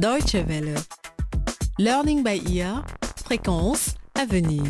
Deutsche Welle. Learning by ear, fréquence à venir.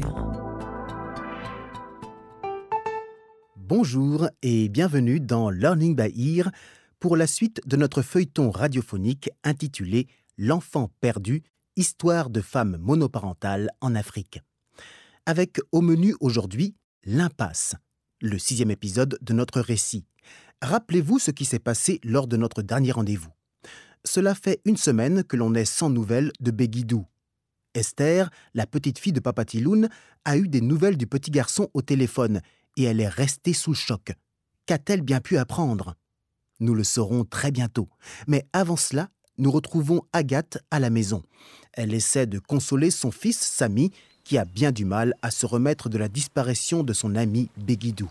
Bonjour et bienvenue dans Learning by ear pour la suite de notre feuilleton radiophonique intitulé L'enfant perdu, histoire de femmes monoparentales en Afrique. Avec au menu aujourd'hui l'impasse, le 6e épisode de notre récit. Rappelez-vous ce qui s'est passé lors de notre dernier rendez-vous. Cela fait une semaine que l'on est sans nouvelles de Begidou. Esther, la petite fille de Papa Tiloun, a eu des nouvelles du petit garçon au téléphone et elle est restée sous le choc. Qu'a-t-elle bien pu apprendre ? Nous le saurons très bientôt. Mais avant cela, nous retrouvons Agathe à la maison. Elle essaie de consoler son fils Sami, qui a bien du mal à se remettre de la disparition de son ami Begidou.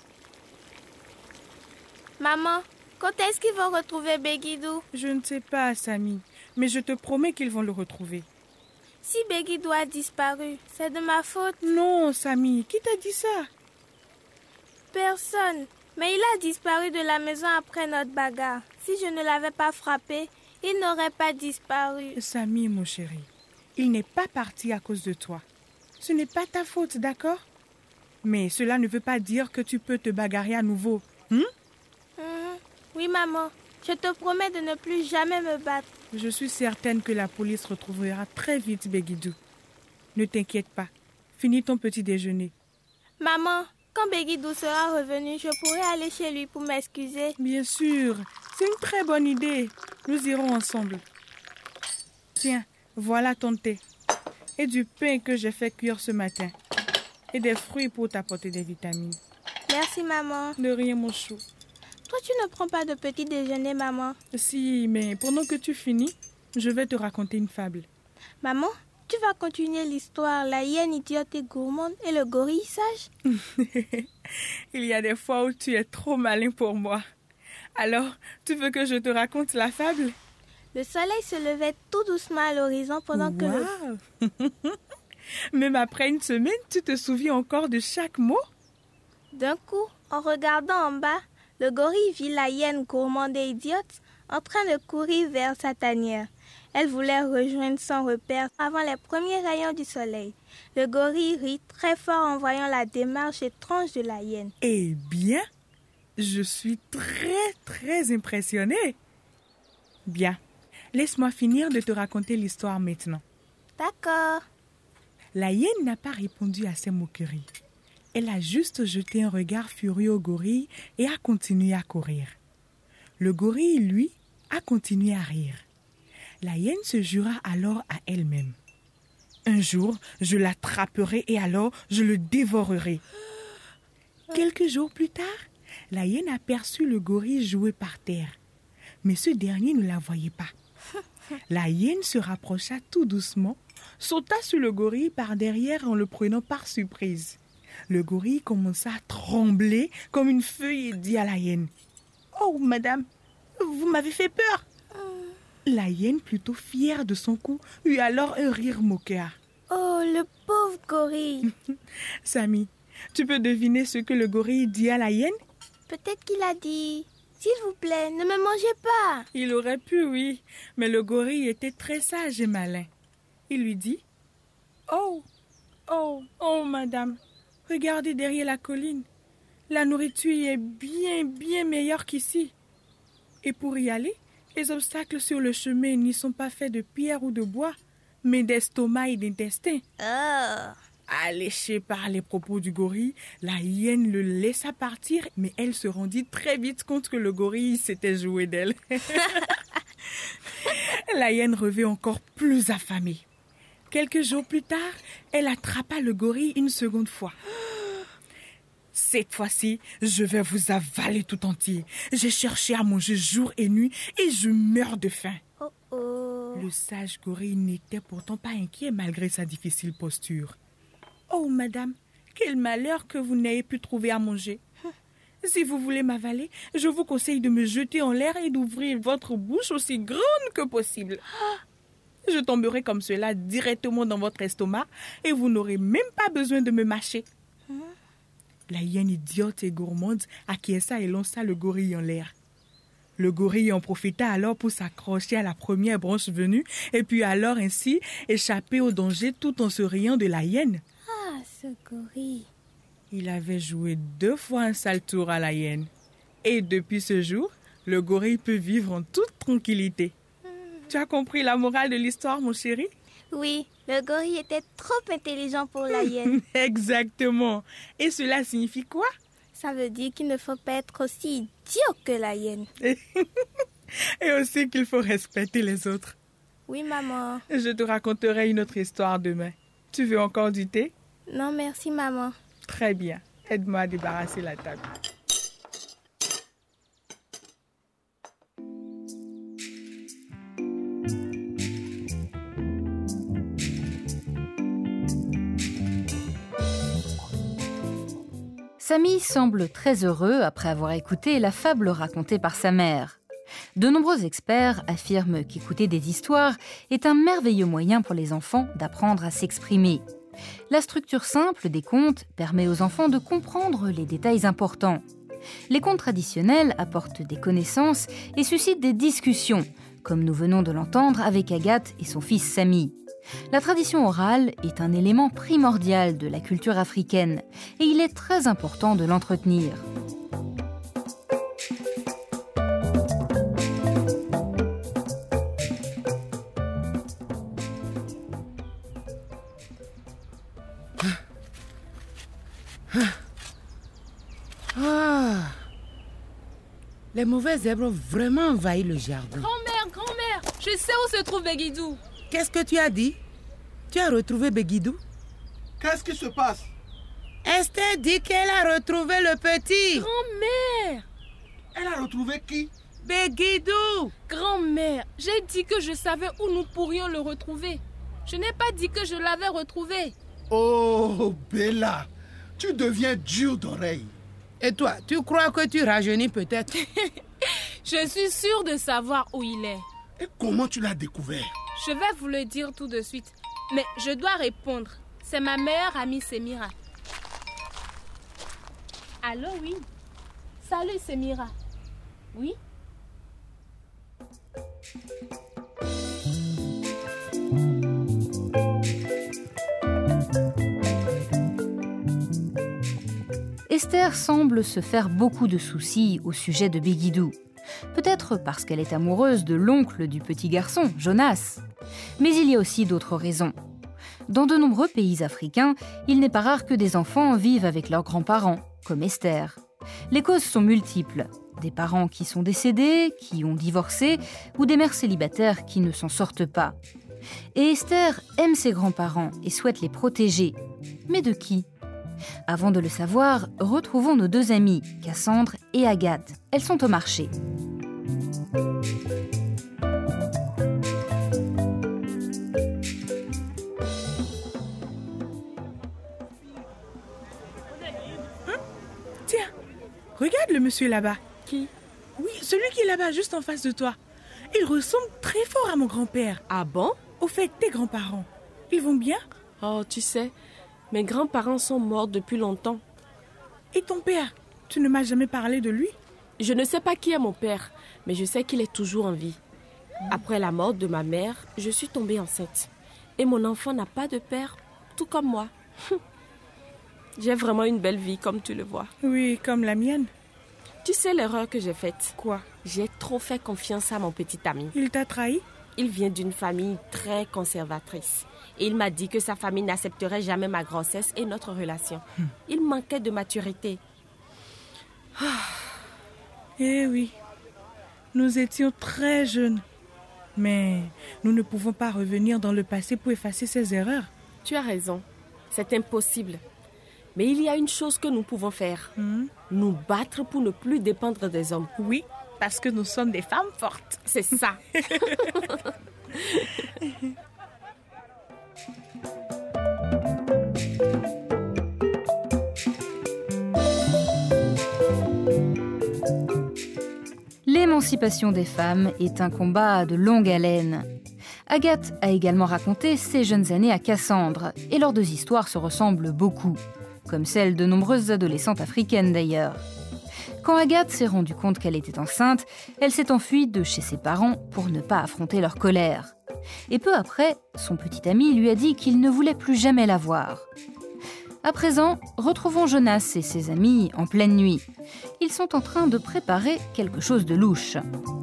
Maman, quand est-ce qu'ils vont retrouver Begidou ? Je ne sais pas, Sami, mais je te promets qu'ils vont le retrouver. Si Begidou a disparu, c'est de ma faute. Non, Sami, qui t'a dit ça ? Personne. Mais il a disparu de la maison après notre bagarre. Si je ne l'avais pas frappé, il n'aurait pas disparu. Sami, mon chéri, il n'est pas parti à cause de toi. Ce n'est pas ta faute, d'accord ? Mais cela ne veut pas dire que tu peux te bagarrer à nouveau. Oui, maman. Je te promets de ne plus jamais me battre. Je suis certaine que la police retrouvera très vite Begidou. Ne t'inquiète pas. Finis ton petit déjeuner. Maman, quand Begidou sera revenu, je pourrai aller chez lui pour m'excuser. Bien sûr, c'est une très bonne idée. Nous irons ensemble. Tiens, voilà ton thé. Et du pain que j'ai fait cuire ce matin. Et des fruits pour t'apporter des vitamines. Merci, maman. De rien, mon chou. Toi, tu ne prends pas de petit déjeuner, maman. Si, mais pendant que tu finis, je vais te raconter une fable. Maman, tu vas continuer l'histoire, la hyène idiote et gourmande et le gorille sage ? Il y a des fois où tu es trop malin pour moi. Alors, tu veux que je te raconte la fable ? Le soleil se levait tout doucement à l'horizon pendant que Même après une semaine, tu te souviens encore de chaque mot ? D'un coup, en regardant en bas, le gorille vit la hyène gourmande et idiote en train de courir vers sa tanière. Elle voulait rejoindre son repère avant les premiers rayons du soleil. Le gorille rit très fort en voyant la démarche étrange de la hyène. Eh bien, je suis très impressionnée. Bien, laisse-moi finir de te raconter l'histoire maintenant. D'accord. La hyène n'a pas répondu à ses moqueries. Elle a juste jeté un regard furieux au gorille et a continué à courir. Le gorille, lui, a continué à rire. La hyène se jura alors à elle-même. Un jour, je l'attraperai et alors je le dévorerai. Quelques jours plus tard, la hyène aperçut le gorille jouer par terre. Mais ce dernier ne la voyait pas. La hyène se rapprocha tout doucement, sauta sur le gorille par derrière en le prenant par surprise. Le gorille commença à trembler comme une feuille et dit à la hyène : « Oh, madame, vous m'avez fait peur !» La hyène, plutôt fière de son coup, eut alors un rire moqueur. « Oh, le pauvre gorille !» Sami, tu peux deviner ce que le gorille dit à la hyène ? Peut-être qu'il a dit « S'il vous plaît, ne me mangez pas !» Il aurait pu, oui, mais le gorille était très sage et malin. Il lui dit : « Oh, madame, regardez derrière la colline. La nourriture y est bien meilleure qu'ici. Et pour y aller, les obstacles sur le chemin n'y sont pas faits de pierre ou de bois, mais d'estomac et d'intestin. » Alléchée par les propos du gorille, la hyène le laissa partir, mais elle se rendit très vite compte que le gorille s'était joué d'elle. La hyène revint encore plus affamée. Quelques jours plus tard, elle attrapa le gorille une seconde fois. « Cette fois-ci, je vais vous avaler tout entier. J'ai cherché à manger jour et nuit et je meurs de faim. » Le sage gorille n'était pourtant pas inquiet malgré sa difficile posture. « Oh, madame, quel malheur que vous n'ayez pu trouver à manger. Si vous voulez m'avaler, je vous conseille de me jeter en l'air et d'ouvrir votre bouche aussi grande que possible. Je tomberai comme cela directement dans votre estomac et vous n'aurez même pas besoin de me mâcher. » La hyène idiote et gourmande acquiesça et lança le gorille en l'air. Le gorille en profita alors pour s'accrocher à la première branche venue et puis alors ainsi échapper au danger tout en se riant de la hyène. Ah, ce gorille. Il avait joué 2 fois un sale tour à la hyène. Et depuis ce jour, le gorille peut vivre en toute tranquillité. Tu as compris la morale de l'histoire, mon chéri? Oui, le gorille était trop intelligent pour la hyène. Exactement. Et cela signifie quoi? Ça veut dire qu'il ne faut pas être aussi idiot que la hyène. Et aussi qu'il faut respecter les autres. Oui, maman. Je te raconterai une autre histoire demain. Tu veux encore du thé? Non, merci, maman. Très bien. Aide-moi à débarrasser la table. Samy semble très heureux après avoir écouté la fable racontée par sa mère. De nombreux experts affirment qu'écouter des histoires est un merveilleux moyen pour les enfants d'apprendre à s'exprimer. La structure simple des contes permet aux enfants de comprendre les détails importants. Les contes traditionnels apportent des connaissances et suscitent des discussions, comme nous venons de l'entendre avec Agathe et son fils Samy. La tradition orale est un élément primordial de la culture africaine et il est très important de l'entretenir. Les mauvaises herbes ont vraiment envahi le jardin. Grand-mère, je sais où se trouve Béguidou. Qu'est-ce que tu as dit? Tu as retrouvé Béguidou? Qu'est-ce qui se passe? Esther dit qu'elle a retrouvé le petit. Grand-mère! Elle a retrouvé qui? Béguidou! Grand-mère, j'ai dit que je savais où nous pourrions le retrouver. Je n'ai pas dit que je l'avais retrouvé. Oh, Bella, tu deviens dure d'oreille. Et toi, tu crois que tu rajeunis peut-être? Je suis sûre de savoir où il est. Et comment tu l'as découvert? Je vais vous le dire tout de suite. Mais je dois répondre. C'est ma meilleure amie Semira. Allô, oui. Salut Semira. Oui? Esther semble se faire beaucoup de soucis au sujet de Béguidou. Peut-être parce qu'elle est amoureuse de l'oncle du petit garçon, Jonas. Mais il y a aussi d'autres raisons. Dans de nombreux pays africains, il n'est pas rare que des enfants vivent avec leurs grands-parents, comme Esther. Les causes sont multiples. Des parents qui sont décédés, qui ont divorcé, ou des mères célibataires qui ne s'en sortent pas. Et Esther aime ses grands-parents et souhaite les protéger. Mais de qui ? Avant de le savoir, retrouvons nos 2 amies, Cassandre et Agathe. Elles sont au marché. Tiens, regarde le monsieur là-bas. Qui? Oui, celui qui est là-bas, juste en face de toi. Il ressemble très fort à mon grand-père. Ah bon? Au fait, tes grands-parents, ils vont bien? Oh, tu sais, mes grands-parents sont morts depuis longtemps. Et ton père, tu ne m'as jamais parlé de lui? Je ne sais pas qui est mon père, mais je sais qu'il est toujours en vie. Après la mort de ma mère, je suis tombée enceinte. Et mon enfant n'a pas de père, tout comme moi. J'ai vraiment une belle vie, comme tu le vois. Oui, comme la mienne. Tu sais l'erreur que j'ai faite? Quoi? J'ai trop fait confiance à mon petit ami. Il t'a trahi? Il vient d'une famille très conservatrice. Et il m'a dit que sa famille n'accepterait jamais ma grossesse et notre relation. Il manquait de maturité. Eh oui, nous étions très jeunes. Mais nous ne pouvons pas revenir dans le passé pour effacer ces erreurs. Tu as raison, c'est impossible. Mais il y a une chose que nous pouvons faire. Nous battre pour ne plus dépendre des hommes. Oui, parce que nous sommes des femmes fortes. C'est ça. L'émancipation des femmes est un combat de longue haleine. Agathe a également raconté ses jeunes années à Cassandre, et leurs 2 histoires se ressemblent beaucoup, comme celles de nombreuses adolescentes africaines d'ailleurs. Quand Agathe s'est rendue compte qu'elle était enceinte, elle s'est enfuie de chez ses parents pour ne pas affronter leur colère. Et peu après, son petit ami lui a dit qu'il ne voulait plus jamais la voir. À présent, retrouvons Jonas et ses amis en pleine nuit. Ils sont en train de préparer quelque chose de louche.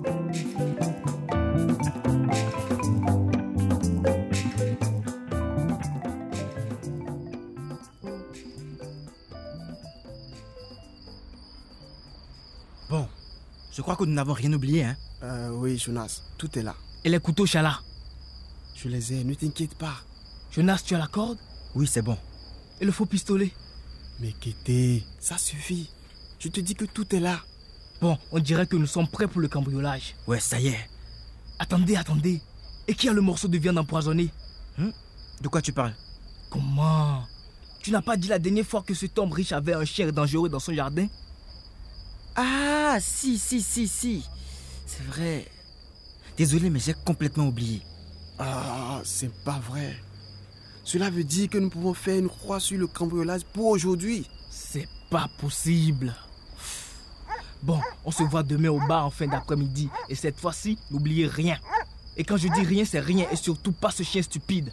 Bon, je crois que nous n'avons rien oublié, hein? Oui, Jonas, tout est là. Et les couteaux, Chala? Je les ai, ne t'inquiète pas. Jonas, tu as la corde? Oui, c'est bon. Et le faux pistolet? Mais Kété, ça suffit. Je te dis que tout est là. Bon, on dirait que nous sommes prêts pour le cambriolage. Ouais, ça y est. Attendez. Et qui a le morceau de viande empoisonnée? De quoi tu parles? Comment? Tu n'as pas dit la dernière fois que cet homme riche avait un chien dangereux dans son jardin? Ah, si. C'est vrai. Désolé, mais j'ai complètement oublié. Ah, c'est pas vrai. Cela veut dire que nous pouvons faire une croix sur le cambriolage pour aujourd'hui. C'est pas possible. Bon, on se voit demain au bar en fin d'après-midi. Et cette fois-ci, n'oubliez rien. Et quand je dis rien, c'est rien. Et surtout pas ce chien stupide.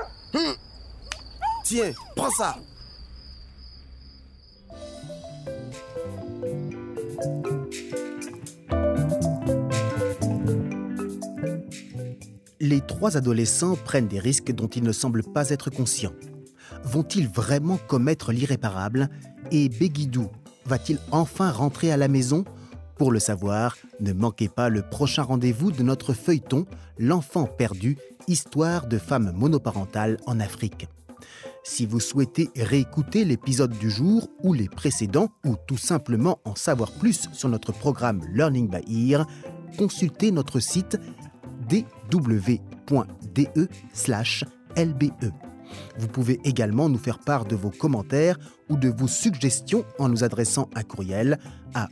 Tiens, prends ça. Les trois adolescents prennent des risques dont ils ne semblent pas être conscients. Vont-ils vraiment commettre l'irréparable? Et Béguidou va-t-il enfin rentrer à la maison? Pour le savoir, ne manquez pas le prochain rendez-vous de notre feuilleton « L'enfant perdu, histoire de femmes monoparentales en Afrique ». Si vous souhaitez réécouter l'épisode du jour ou les précédents, ou tout simplement en savoir plus sur notre programme Learning by Ear, consultez notre site dw.de/lbe. Vous pouvez également nous faire part de vos commentaires ou de vos suggestions en nous adressant un courriel à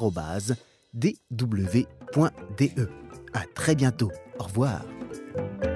français@dw.de. À très bientôt. Au revoir.